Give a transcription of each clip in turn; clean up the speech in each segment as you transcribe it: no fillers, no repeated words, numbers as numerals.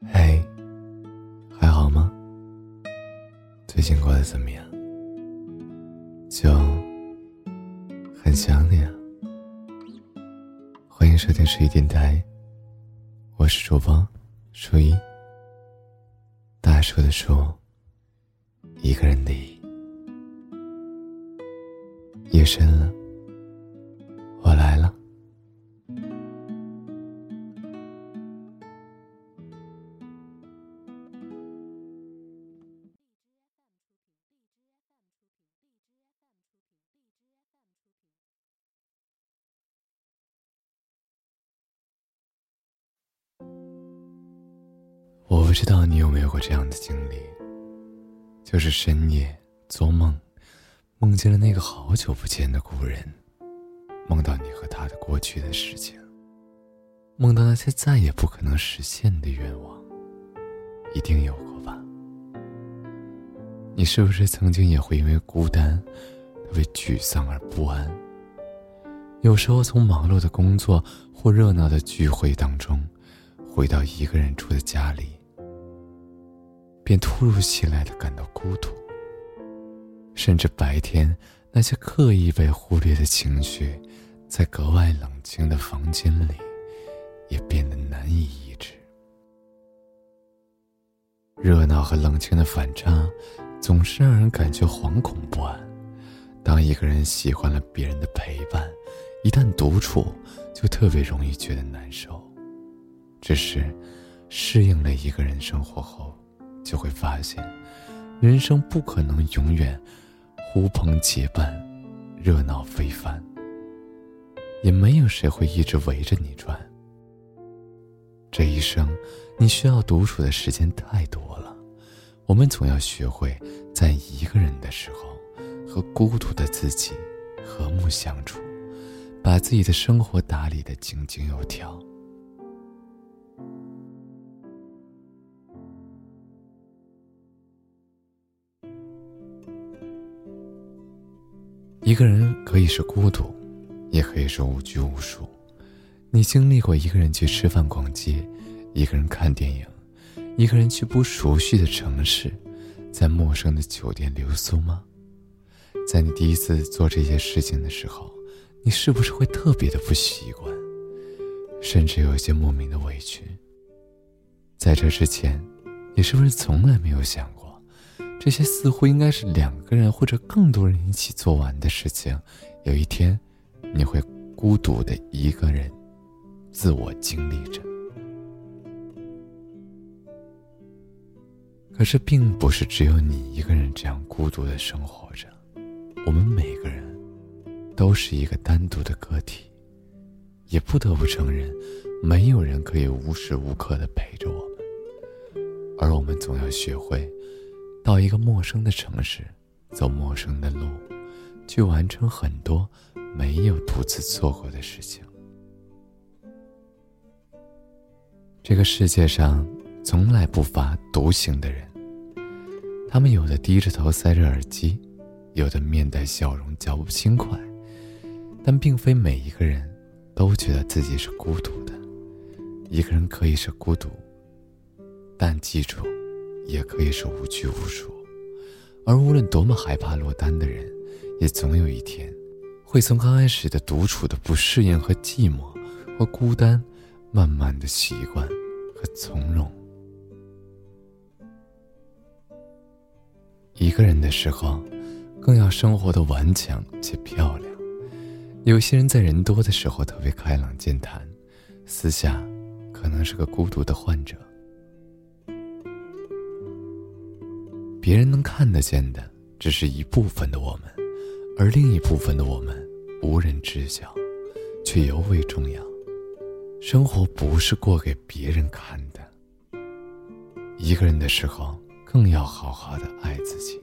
嘿，还好吗？最近过得怎么样？就很想你啊。欢迎收听11电台，我是主播树一，大树的树，一个人的一。夜深了，我来了。我不知道你有没有过这样的经历，就是深夜做梦，梦见了那个好久不见的故人，梦到你和他的过去的事情，梦到那些再也不可能实现的愿望，一定有过吧？你是不是曾经也会因为孤单特别沮丧而不安？有时候从忙碌的工作或热闹的聚会当中回到一个人住的家里，便突如其来的感到孤独，甚至白天那些刻意被忽略的情绪，在格外冷清的房间里也变得难以抑制。热闹和冷清的反差总是让人感觉惶恐不安。当一个人喜欢了别人的陪伴，一旦独处就特别容易觉得难受。只是适应了一个人生活后，就会发现人生不可能永远呼朋结伴，热闹非凡，也没有谁会一直围着你转。这一生你需要独处的时间太多了，我们总要学会在一个人的时候和孤独的自己和睦相处，把自己的生活打理得井井有条。一个人可以是孤独，也可以是无拘无束。你经历过一个人去吃饭逛街，一个人看电影，一个人去不熟悉的城市，在陌生的酒店留宿吗？在你第一次做这些事情的时候，你是不是会特别的不习惯，甚至有一些莫名的委屈？在这之前，你是不是从来没有想过，这些似乎应该是两个人或者更多人一起做完的事情，有一天你会孤独的一个人自我经历着？可是并不是只有你一个人这样孤独的生活着，我们每个人都是一个单独的个体，也不得不承认，没有人可以无时无刻地陪着我们。而我们总要学会到一个陌生的城市，走陌生的路，去完成很多没有独自做过的事情。这个世界上从来不乏独行的人，他们有的低着头塞着耳机，有的面带笑容脚步轻快，但并非每一个人都觉得自己是孤独的。一个人可以是孤独，但记住，也可以是无拘无束。而无论多么害怕落单的人，也总有一天会从刚开始的独处的不适应和寂寞和孤单，慢慢的习惯和从容。一个人的时候，更要生活的顽强且漂亮。有些人在人多的时候特别开朗健谈，私下可能是个孤独的患者。别人能看得见的只是一部分的我们，而另一部分的我们无人知晓，却尤为重要。生活不是过给别人看的，一个人的时候更要好好的爱自己。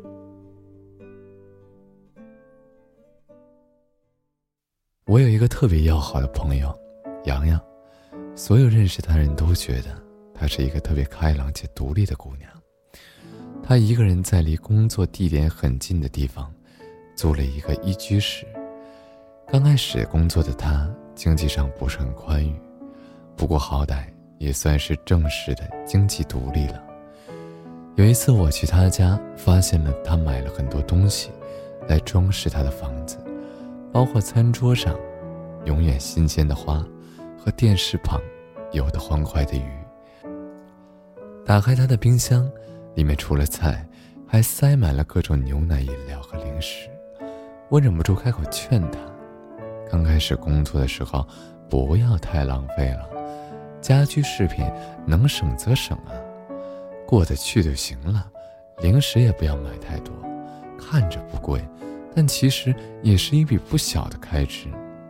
我有一个特别要好的朋友洋洋，所有认识她的人都觉得她是一个特别开朗且独立的姑娘。她一个人在离工作地点很近的地方租了一个一居室。刚开始工作的她经济上不是很宽裕，不过好歹也算是正式的经济独立了。有一次我去他家，发现了他买了很多东西来装饰他的房子，包括餐桌上永远新鲜的花和电视旁游得欢快的鱼。打开他的冰箱，里面除了菜还塞满了各种牛奶、饮料和零食。我忍不住开口劝他，刚开始工作的时候不要太浪费了，家居饰品能省则省啊，过得去就行了，零食也不要买太多，看着不贵，但其实也是一笔不小的开支。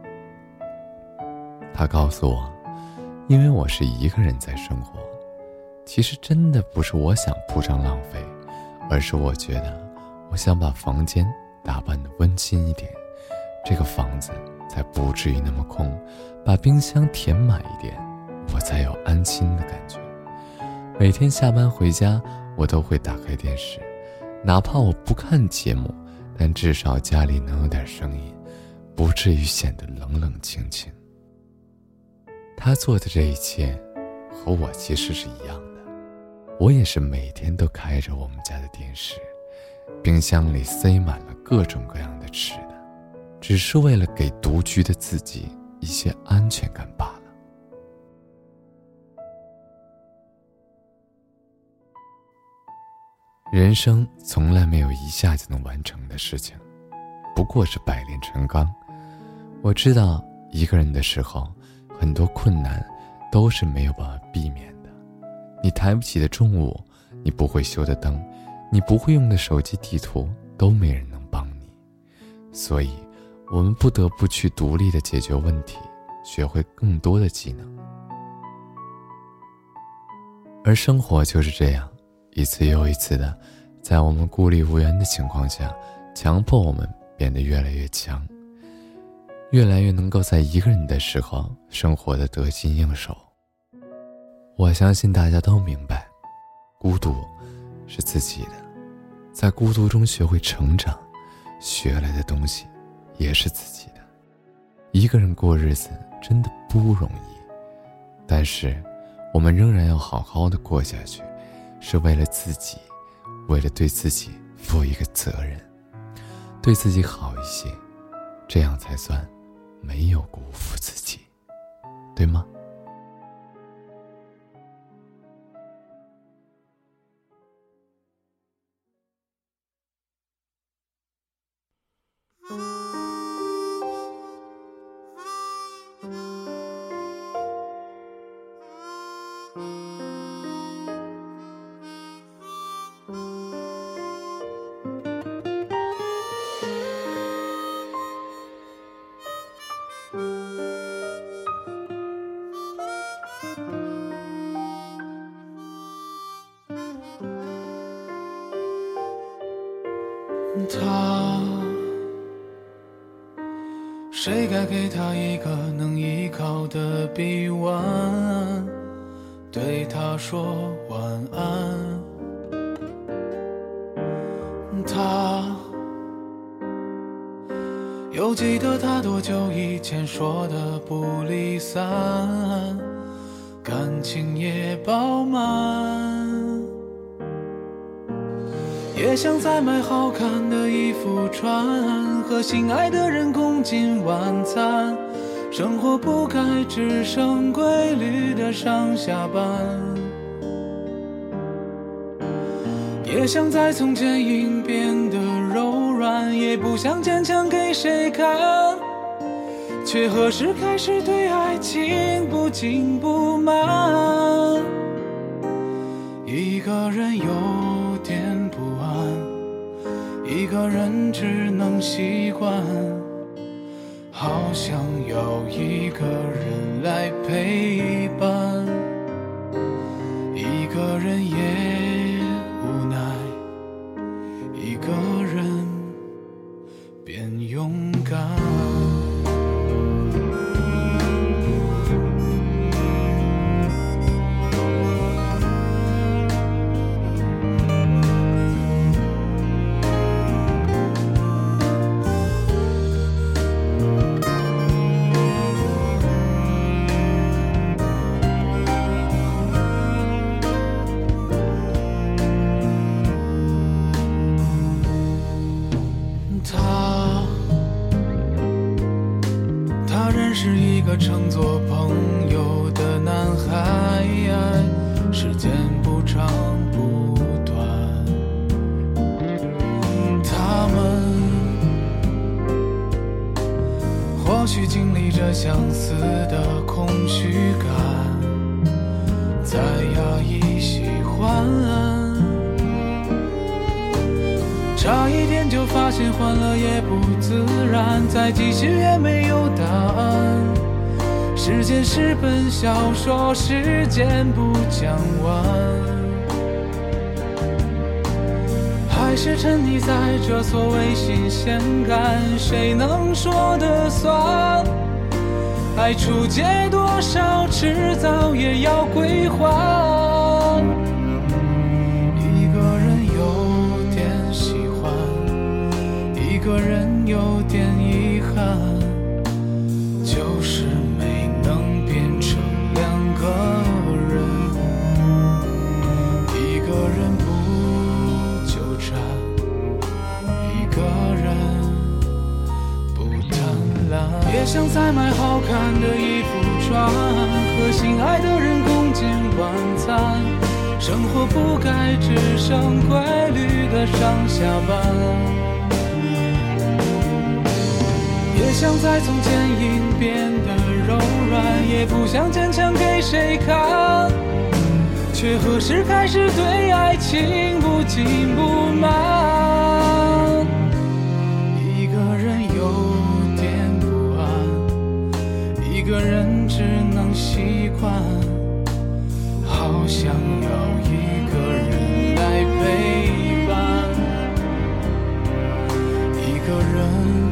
他告诉我，因为我是一个人在生活，其实真的不是我想铺张浪费，而是我觉得我想把房间打扮得温馨一点，这个房子才不至于那么空，把冰箱填满一点，我才有安心的感觉。每天下班回家，我都会打开电视，哪怕我不看节目，但至少家里能有点声音，不至于显得冷冷清清。他做的这一切和我其实是一样的，我也是每天都开着我们家的电视，冰箱里塞满了各种各样的吃的，只是为了给独居的自己一些安全感罢了。人生从来没有一下就能完成的事情，不过是百炼成钢。我知道一个人的时候，很多困难都是没有办法避免的。你抬不起的重物，你不会修的灯，你不会用的手机地图，都没人能帮你。所以我们不得不去独立的解决问题，学会更多的技能。而生活就是这样，一次又一次的在我们孤立无援的情况下，强迫我们变得越来越强，越来越能够在一个人的时候生活得得心应手。我相信大家都明白，孤独是自己的，在孤独中学会成长，学来的东西也是自己的。一个人过日子真的不容易，但是我们仍然要好好的过下去，是为了自己，为了对自己负一个责任，对自己好一些，这样才算没有辜负自己，对吗？ 他，谁该给他一个能依靠的臂弯，对他说晚安。他，又记得他多久以前说的不离散，感情也饱满。也想再买好看的衣服穿，和心爱的人共进晚餐，生活不该只剩规律的上下班。也想在从坚硬变得柔软，也不想坚强给谁看，却何时开始对爱情不紧不慢。一个人有点不安，一个人只能习惯，好想要一个人来陪伴，一个人也无奈，一个人变勇敢。 个称作朋友的男孩，时间不长不短，他们或许经历着相似的空虚感，在压抑喜欢，差一点就发现欢乐也不自然，再继续也没有答案。时间是本小说，时间不讲完，还是沉溺在这所谓新鲜感，谁能说得算？爱触界多少，迟早也要归还。一个人有点喜欢，一个人有点遗憾，就是没能变成两个人。一个人不纠缠，一个人不贪婪，也想再买好看的衣服穿，和心爱的人共进晚餐，生活不该只剩规律的上下班，也想在从前应变得柔软，也不想坚强给谁看，却何时开始对爱情不紧不慢。一个人有点不安，一个人只能习惯，好想要一个人来陪伴，一个人